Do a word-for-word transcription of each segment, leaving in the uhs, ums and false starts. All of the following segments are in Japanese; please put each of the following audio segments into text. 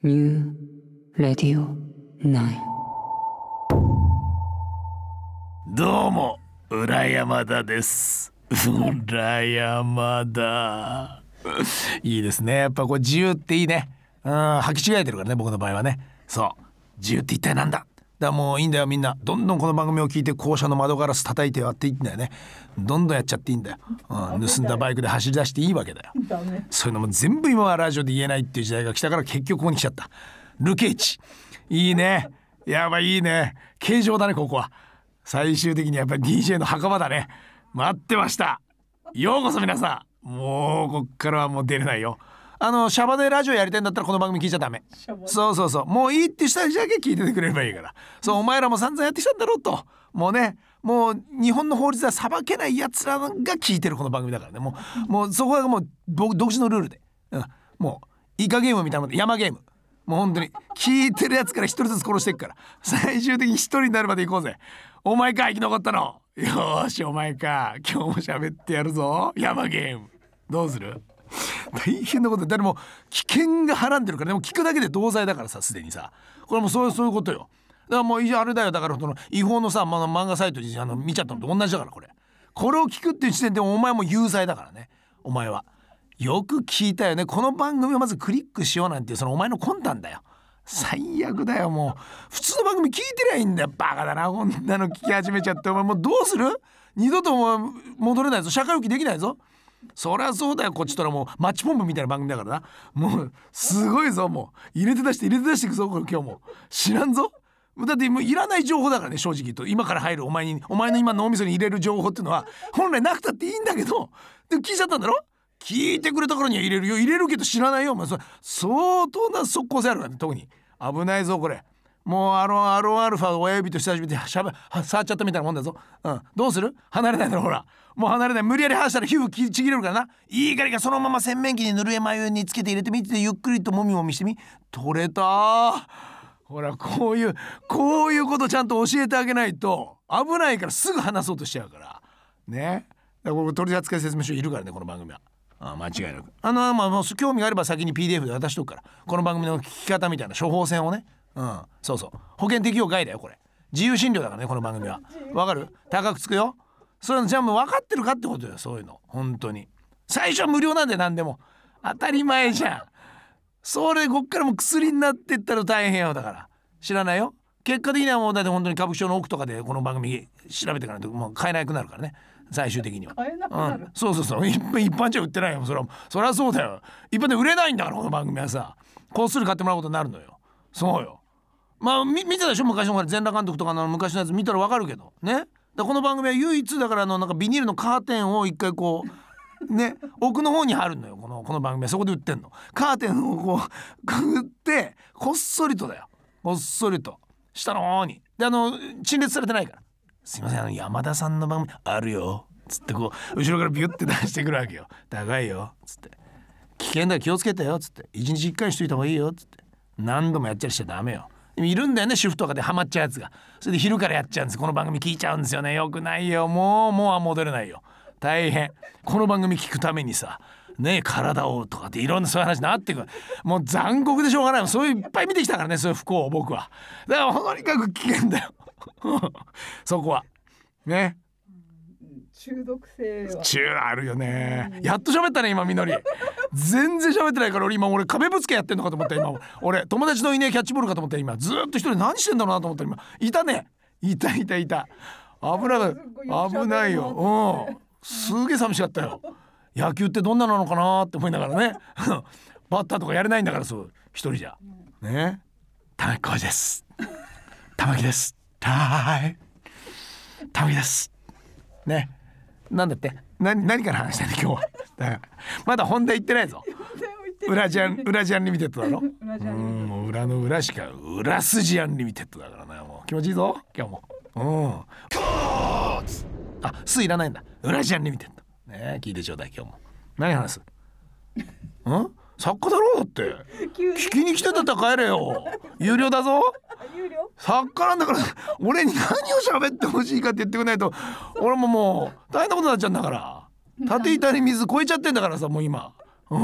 New Radio ナイン。 どうも裏山田です。裏山田いいですね。やっぱこれ自由っていいね。うん、履き違えてるからね、僕の場合はね。そう自由って一体なんだ。だからもういいんだよ、みんなどんどんこの番組を聞いて校舎の窓ガラス叩いて割っていいんだよね。どんどんやっちゃっていいんだよ、うん、盗んだバイクで走り出していいわけだよ。そういうのも全部今はラジオで言えないっていう時代が来たから結局ここに来ちゃった。ルケイチいいね。やばい、いいね。形状だね、ここは。最終的にやっぱり ディージェー の墓場だね。待ってました。ようこそ皆さん。もうこっからはもう出れないよ。あのシャバでラジオやりたいんだったらこの番組聞いちゃダメ。そうそうそう、もういいって人たちだけ聞いててくれればいいから。そう、お前らも散々やってきたんだろうと。もうね、もう日本の法律では裁けないやつらが聞いてるこの番組だからね。もうもうそこはもう僕独自のルールで、うん、もうイカゲームみたいなもんで、山ゲーム。もう本当に聞いてるやつから一人ずつ殺していくから、最終的に一人になるまで行こうぜ。お前か、生き残ったの。よーし、お前か、今日も喋ってやるぞ。山ゲームどうする。大変なことで、誰も危険がはらんでるから。でも聞くだけで同罪だからさ、すでにさ。これもうそういうそういうことよ。だからもうあれだよ。だからその違法のさ、まあ、漫画サイトにあの見ちゃったのと同じだから。これこれを聞くっていう時点でお前も有罪だからね。お前はよく聞いたよね。この番組をまずクリックしようなんていうそのお前の魂胆だよ。最悪だよ。もう普通の番組聞いてりゃいいんだよ。バカだな、こんなの聞き始めちゃって。お前もうどうする。二度とも戻れないぞ。社会復帰できないぞ。そりゃそうだよ。こっちとらもうマッチポンプみたいな番組だからな。もうすごいぞ。もう入れて出して入れて出していくぞ。これ今日も知らんぞ。だってもういらない情報だからね、正直言うと。今から入るお前に、お前の今脳みそに入れる情報っていうのは本来なくたっていいんだけど、でも聞いちゃったんだろ。聞いてくれたからには入れるよ。入れるけど知らないよ。お前それ相当な即効性あるからね。特に危ないぞこれ。もうアロンアロンアルファ親指と人差し指でしゃべ触っちゃったみたいなもんだぞ。うん、どうする。離れないだろ。ほらもう離れない。無理やり離したら皮膚きちぎれるからな。いいからか、そのまま洗面器にぬるえ眉につけて入れてみて、ゆっくりともみもみしてみ。取れた。ほらこういうこういうことちゃんと教えてあげないと危ないから。すぐ話そうとしちゃうからね。だからこれ取扱説明書いるからね、この番組は。ああ間違いなく。あのまあもう興味があれば先に ピーディーエフ で渡しとくから、この番組の聞き方みたいな処方箋をね。うん、そうそう、保険適用外だよこれ。自由診療だからね、この番組は。わかる。高くつくよ。それじゃあもう分かってるかってことよ。そういうの本当に最初は無料なんで、何でも当たり前じゃん。それこっからもう薬になってったら大変よ。だから知らないよ。結果的にはもうだって本当に歌舞伎町の奥とかでこの番組調べていかないともう買えなくなるからね、最終的には。 買えなくなる、 うん、そうそうそう。一般じゃ売ってないよ。それはそりゃそうだよ。一般で売れないんだからこの番組はさ。こっそり買ってもらうことになるのよ。そうよ。まあ見てたでしょ、昔の全裸監督とかの昔のやつ見たらわかるけどね。だこの番組は唯一だから、あのなんかビニールのカーテンを一回こうね奥の方に貼るのよ。このこの番組はそこで売ってんの。カーテンをこうくぐってこっそりとだよ。こっそりと下の方に。であの陳列されてないから、すいませんあの山田さんの番組あるよつってこう後ろからビュッて出してくるわけよ。高いよつって、危険だよ気をつけてよつって、一日一回しといた方がいいよつって、何度もやっちゃりしちゃダメよ。いるんだよね、主婦とかでハマっちゃうやつが。それで昼からやっちゃうんです。この番組聞いちゃうんですよね。よくないよ。もうもうは戻れないよ。大変。この番組聞くためにさね、体をとかっていろんなそういう話になってくる。もう残酷でしょうがない。そういういっぱい見てきたからね、そういう不幸を僕は。だからとにかく危険だよそこはね。 中毒性は中あるよね。やっと喋ったね今みのり。全然喋ってないから俺今俺壁ぶつけやってんのかと思った今。俺友達のいねえキャッチボールかと思った今。ずっと一人何してんだろうなと思った今。いたね。いたいたいた。危ない危ないよ。うんすげえ寂しかったよ。野球ってどんななのかなって思いながらねバッターとかやれないんだから、そう一人じゃね。たまきこうです。たまきです。たいたまきですね。なんだって何何から話したんだ今日は。だからまだ本題言ってないぞ。裏ジャン裏ジャンリミテッドだろ。うんもう裏の裏しか裏筋アンリミテッドだからな。もう気持ちいいぞ今日も。うんあすいらないんだ。裏ジャンリミテッドね。聞いてちょうだい今日も。何話すん。作家だろうだって。聞きに来てたったら帰れよ。有料だぞ。 有料作家なんだから俺に何を喋ってほしいかって言ってくれないと俺ももう大変なことになっちゃうんだから。縦板に水超えちゃってんだからさもう今うん、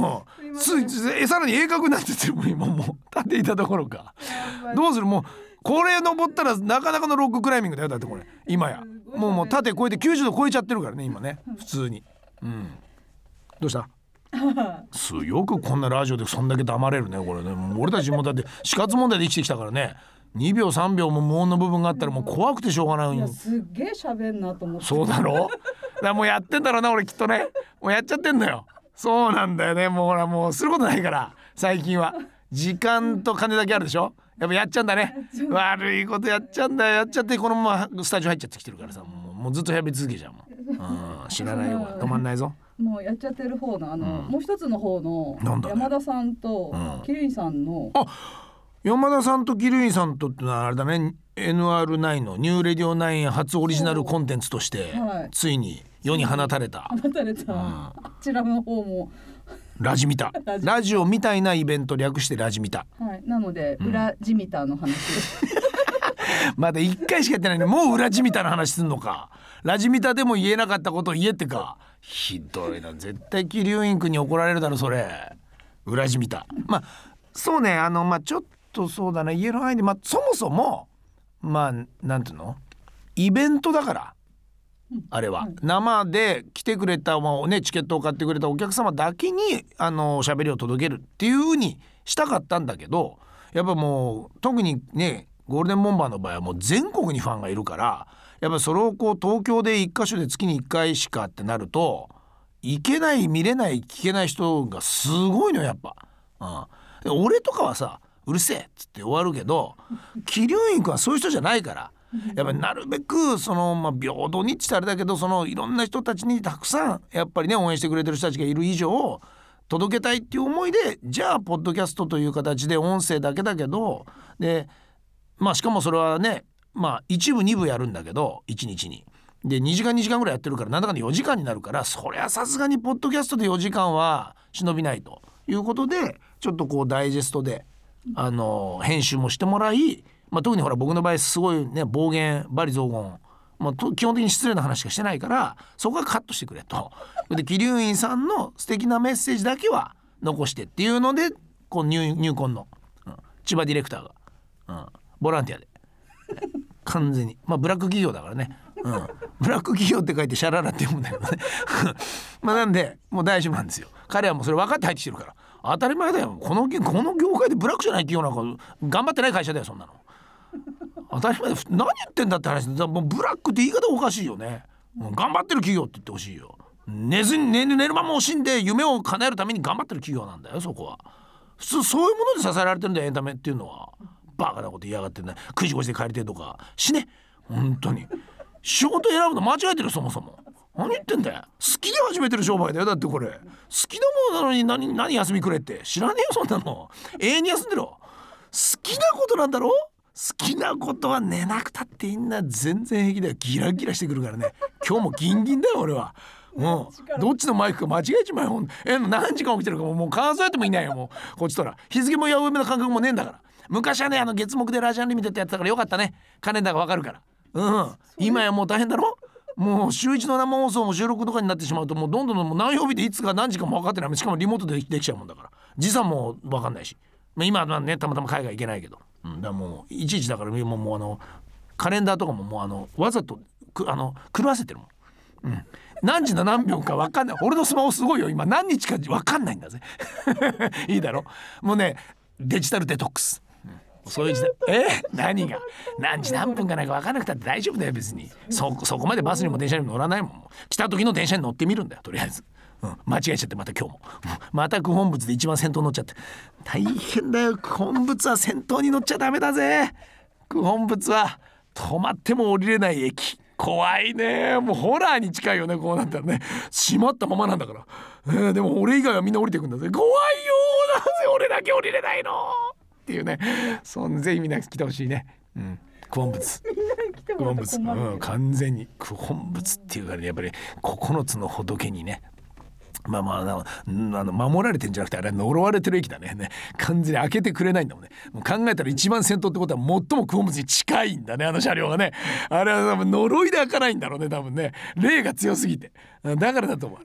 つえさらに鋭角になってても今もう立っていたところかどうするもうこれ登ったらなかなかのロッククライミングだよだってこれ今やもうもう縦越えてきゅうじゅうど超えちゃってるからね今ね普通に、うん、どうしたすよくこんなラジオでそんだけ黙れるねこれねもう俺たちもだって死活問題で生きてきたからねにびょうさんびょうも無音の部分があったらもう怖くてしょうがない。 いやすっげえ喋んなと思って。 そうだろだからもうやってんだろうな俺きっとねもうやっちゃってんのよ。そうなんだよねもうほらもうすることないから最近は時間と金だけあるでしょやっぱやっちゃうんだね悪いことやっちゃうんだよやっちゃってこのままスタジオ入っちゃってきてるからさもう、もうずっとやり続けちゃうもん、うん、知らないよ止まんないぞもうやっちゃってる方のあの、うん、もう一つの方のね、 山田さんと桐生さんの、 あ山田さんと桐生さんとってのはあれだね エヌアールナイン のニューレディオナイン初オリジナルコンテンツとして、はい、ついに世に放たれた放たれた、うん、あちらの方もラジミタラジオみたいなイベント略してラジミタ、 はい、なので、うん、裏ジミタの話ですまだいっかいしかやってないのにもう裏ジミタの話すんのかラジミタでも言えなかったことを言えってかひどいな絶対桐生インクに怒られるだろそれ裏ジミタまあそうねあのまあちょっとそうだな言える範囲でまあそもそもまあなんていうのイベントだからあれは、うん、生で来てくれた、まあね、チケットを買ってくれたお客様だけにあの喋りを届けるっていう風にしたかったんだけどやっぱもう特にねゴールデンボンバーの場合はもう全国にファンがいるからやっぱそれをこう東京で一箇所で月にいっかいしかってなると行けない見れない聞けない人がすごいのやっぱ、うん、俺とかはさうるせえっつって終わるけど桐生インクはそういう人じゃないからやっぱりなるべくその、まあ、平等にって言ったらあれだけどそのいろんな人たちにたくさんやっぱりね応援してくれてる人たちがいる以上届けたいっていう思いでじゃあポッドキャストという形で音声だけだけどでまあしかもそれはねまあ一部二部やるんだけどいちにちにでにじかんにじかんぐらいやってるからなんだかんだよじかんになるからそりゃさすがにポッドキャストでよじかんは忍びないということでちょっとこうダイジェストであの編集もしてもらい、まあ、特にほら僕の場合すごいね暴言罵詈雑言、まあ、と基本的に失礼な話しかしてないからそこはカットしてくれとで桐生院さんの素敵なメッセージだけは残してっていうのでこう 入, 入婚の、うん、千葉ディレクターが、うん、ボランティアで完全にまあブラック企業だからね、うん、ブラック企業って書いてシャララって読むんだけどねまあなんでもう大丈夫なんですよ彼はもうそれ分かって入ってきてるから当たり前だよこの、この業界でブラックじゃない企業なんか頑張ってない会社だよそんなの当たり前だ何言ってんだって話でもうブラックって言い方おかしいよね、うん、頑張ってる企業って言ってほしいよ寝ずに 寝, 寝る間も惜しんで夢を叶えるために頑張ってる企業なんだよそこは普通そういうもので支えられてるんだよエンタメっていうのはバカなこと言いやがってねくじごじで帰りてとか死ね本当に仕事選ぶの間違えてるそもそも何言ってんだよ好きで始めてる商売だよだってこれ好きなものなのに 何, 何休みくれって知らねえよそんなの永遠に休んでろ好きなことなんだろ好きなことは寝なくたっていいんだ全然平気だよギラギラしてくるからね今日もギンギンだよ俺はもうどっちのマイクか間違えちまえほんえ何時間起きてるかももう数えてもいないよもうこっちとら日付もや上目の感覚もねえんだから昔はねあの月目でラジアンリミテッドやってたからよかったねカレンダーがわかるからうん今やもう大変だろもう週一の生放送も収録とかになってしまうともうどんどんもう何曜日でいつか何時かも分かってないしかもリモートでできちゃうもんだから時差も分かんないし今はねたまたま海外行けないけど、うん、だからもういちいちだからもうもうあのカレンダーとかももうあのわざとくあの狂わせてるもん、うん、何時の何秒か分かんない俺のスマホすごいよ今何日か分かんないんだぜいいだろもうねデジタルデトックスそういう時代え何が何時何分かなんか分からなくたって大丈夫だよ別に そ, そこまでバスにも電車にも乗らないもん来た時の電車に乗ってみるんだよとりあえず、うん、間違えちゃってまた今日もまた九本仏で一番先頭乗っちゃって大変だよ九本仏は先頭に乗っちゃダメだぜ九本仏は止まっても降りれない駅怖いねもうホラーに近いよねこうなったらね閉まったままなんだから、えー、でも俺以外はみんな降りてくんだぜ怖いよなぜ俺だけ降りれないのっていうねそんぜひみんな来てほしいね、うん、九本仏九本仏、うん、完全に九本仏っていうからねやっぱりここのつの仏にねまあまああのあの守られてんじゃなくてあれは呪われてる駅だ ね, ね完全に開けてくれないんだもんねもう考えたら一番先頭ってことは最も九本仏に近いんだねあの車両がねあれは多分呪いで開かないんだろうね多分ね霊が強すぎてだからだと思う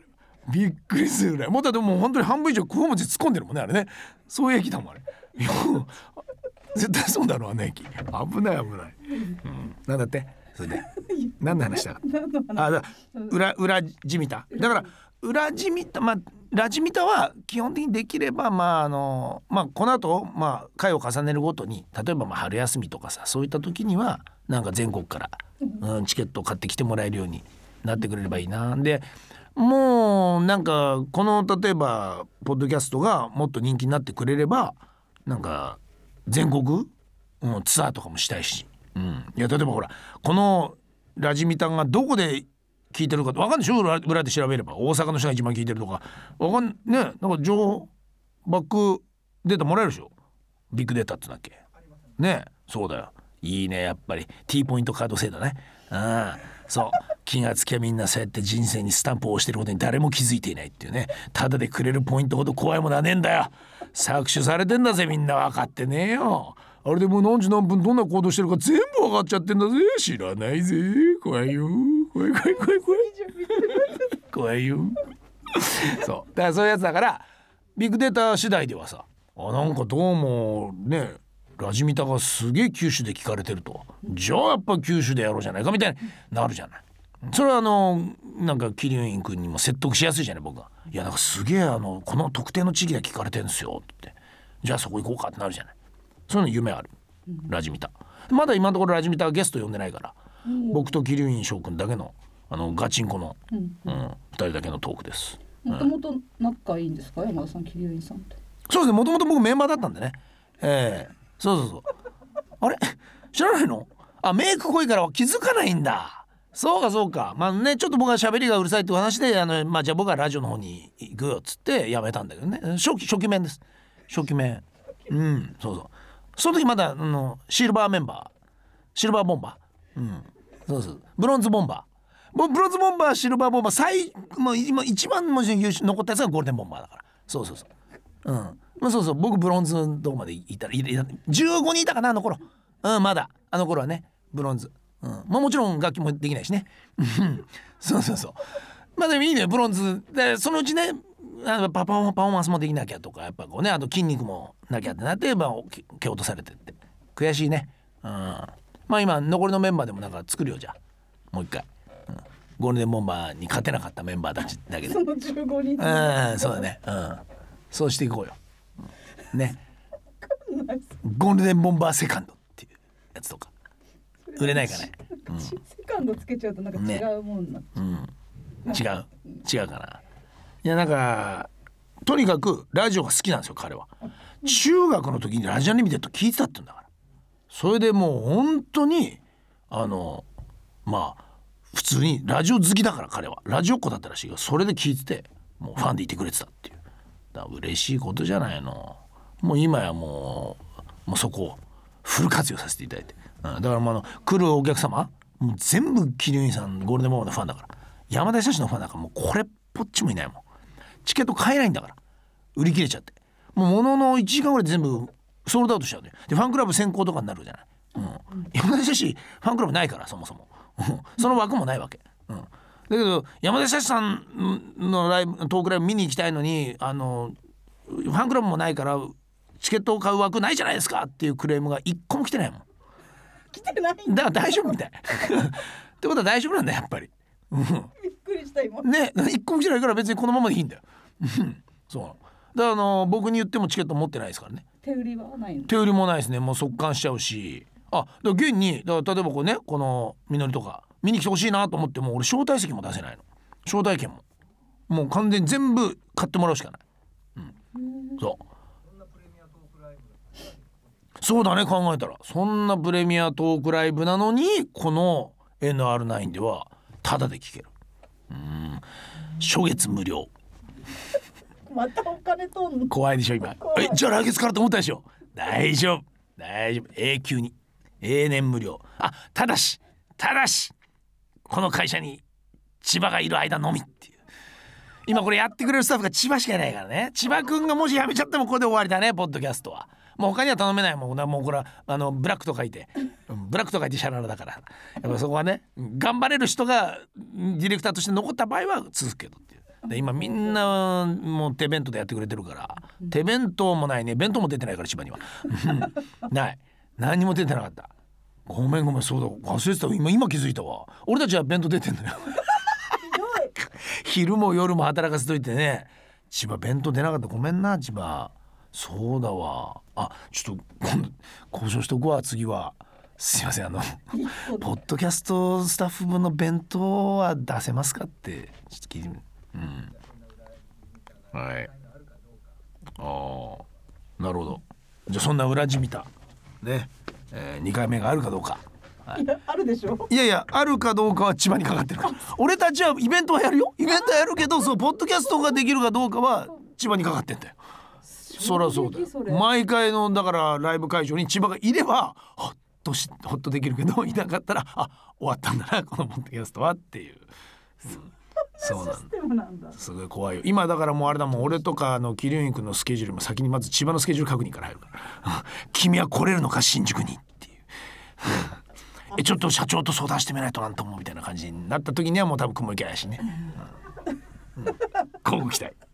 びっくりするぐらい。もうだってもう本当に半分以上くごもち突っ込んでるもんねあれね。そういう駅だもんあれ。いや絶対そうだろうあの駅。危ない危ない、うん、なんだってそれで何の話だあだ裏裏地見ただから裏地見たまあラジミタは基本的にできればまああのまあこの後まあ回を重ねるごとに例えばまあ春休みとかさそういった時にはなんか全国から、うん、チケットを買ってきてもらえるようになってくれればいいな。でもうなんかこの例えばポッドキャストがもっと人気になってくれればなんか全国、うん、ツアーとかもしたいし、うん、いや例えばほらこのラジミタがどこで聞いてるか分かんないでしょ。 裏, 裏で調べれば大阪の人が一番聞いてるとか分かんね。なんか情報バックデータもらえるでしょ。ビッグデータってだっけね。そうだよ。いいねやっぱり T ポイントカード制度ね。うんそう気がつきゃみんなそうやって人生にスタンプを押してることに誰も気づいていないっていうね。ただでくれるポイントほど怖いものはねえんだよ。搾取されてんだぜみんな。分かってねえよ。あれでもう何時何分どんな行動してるか全部分かっちゃってんだぜ。知らないぜ。怖いよ怖い怖い怖い怖い怖いよそうだからそういうやつだからビッグデータ次第ではさあなんかどうもねラジミタがすげえ九州で聞かれてるとじゃあやっぱ九州でやろうじゃないかみたいになるじゃない。それはあのなんかキリュウイン君にも説得しやすいじゃない僕が。いやなんかすげえあのこの特定の地域で聞かれてるんですよってじゃあそこ行こうかってなるじゃない。そういうの夢あるラジミタ。まだ今のところラジミタはゲスト呼んでないから僕とキリュウイン翔くんだけのあのガチンコの、うんうん、ふたりだけのトークです。 もともと仲いいんですか山田さんキリュウインさんって。 そうですねもともと僕メンバーだったんでね、えー、そうそうそうあれ知らないの。あメイク濃いから気づかないんだ。そうかそうか。まあねちょっと僕は喋りがうるさいっていう話であの、まあ、じゃあ僕はラジオの方に行くよっつってやめたんだけどね。初期初期面です初期面。うんそうそうその時まだあのシルバーメンバーシルバーボンバー、うん、そうそうブロンズボンバーもうブロンズボンバーシルバーボンバー最もう今一番も優秀残ったやつがゴールデンボンバーだからそうそうそううんまあそうそう僕ブロンズのとこまでいたらいたじゅうごにんいたかなあの頃うんまだあの頃はねブロンズうんまあもちろん楽器もできないしねそうそうそうまあでもいいねブロンズでそのうちねあのパフォーマンスもできなきゃとかやっぱこうねあと筋肉もなきゃってなってば蹴落とされてって悔しいね。うんまあ今残りのメンバーでもなんか作るよじゃあもう一回、うん、ゴールデンボンバーに勝てなかったメンバーたちだけでそのじゅうごにんうんそうだねうんそうしていこうよ、うん、ねゴールデンボンバーセカンドっていうやつとか売れないかね、うん、 セカンドつけちゃうとなんか違うもんな、ねうん、違う違うかな。いやなんかとにかくラジオが好きなんですよ彼は。中学の時にラジオリミテッド聞いてたって言うんだから。それでもう本当にあのまあ普通にラジオ好きだから彼はラジオっ子だったらしいがそれで聞いててもうファンでいてくれてたっていうだから嬉しいことじゃないの。もう今やもうもうそこをフル活用させていただいて、うん、だからもうあの来るお客様もう全部キリュウインさんゴールデンボンバーのファンだから山田久志のファンだからもうこれっぽっちもいないもん。チケット買えないんだから売り切れちゃってもうもののいちじかんぐらいで全部ソールドアウトしちゃうね。でファンクラブ先行とかになるじゃない、うん、山田久志ファンクラブないからそもそもその枠もないわけ、うん、だけど山田久志さんのライブトークライブ見に行きたいのにあのファンクラブもないからチケットを買う枠ないじゃないですかっていうクレームが一個も来てないもん。 来てないだから大丈夫みたいってことは大丈夫なんだやっぱりびっくりした今ね一個も来てないから別にこのままでいいんだよそうだからあの僕に言ってもチケット持ってないですからね。 手売りはないの。 手売りもないですね。もう速乾しちゃうしあだから現にだから例えばこうねこのみのりとか見に来てほしいなと思っても俺招待席も出せないの。招待券ももう完全に全部買ってもらうしかない、うん、そうそうだね考えたらそんなプレミアトークライブなのにこの エヌアールナイン ではタダで聴ける。うん初月無料またお金とんの怖いでしょ今えじゃあ来月からと思ったでしょ。大丈夫大丈夫永久に永年無料。あただしただしこの会社に千葉がいる間のみっていう今これやってくれるスタッフが千葉しかいないからね。千葉くんがもし辞めちゃってもこれで終わりだねポッドキャストは。もう他には頼めないもんな。もうこれはあのブラックと書いて、うん、ブラックと書いてシャララだからやっぱそこはね頑張れる人がディレクターとして残った場合は続くけどっていうで今みんなもう手弁当でやってくれてるから、手弁当もないね、弁当も出てないから千葉にはない何にも出てなかった。ごめんごめん、そうだ忘れてた。今今気づいたわ。俺たちは弁当出てんのよ昼も夜も働かせといてね。千葉弁当出なかった、ごめんな千葉。そうだわ。あ、ちょっと今度交渉しとくわ次は。すいません、あのポッドキャストスタッフ分の弁当は出せますかってちょっと聞いてみる。うん、はい。ああ、なるほど。じゃあそんな裏地見たね、えー、にかいめがあるかどうか。 いやあるでしょ。 いやいや、あるかどうかは千葉にかかってるから俺たちはイベントはやるよ、イベントはやるけど、そうポッドキャストができるかどうかは千葉にかかってんだよ。そりゃそうだよ。毎回のだからライブ会場に千葉がいればほっとしほっとできるけど、いなかったらあ終わったんだなこのポッドキャストはっていう。そうなんだ。すごい怖いよ今。だからもうあれだもん、俺とかの桐生君のスケジュールも先にまず千葉のスケジュール確認から入るから君は来れるのか新宿にっていうえちょっと社長と相談してみないとなんともみたいな感じになった時にはもう多分雲行き怪しいね、うんうん、今後期待。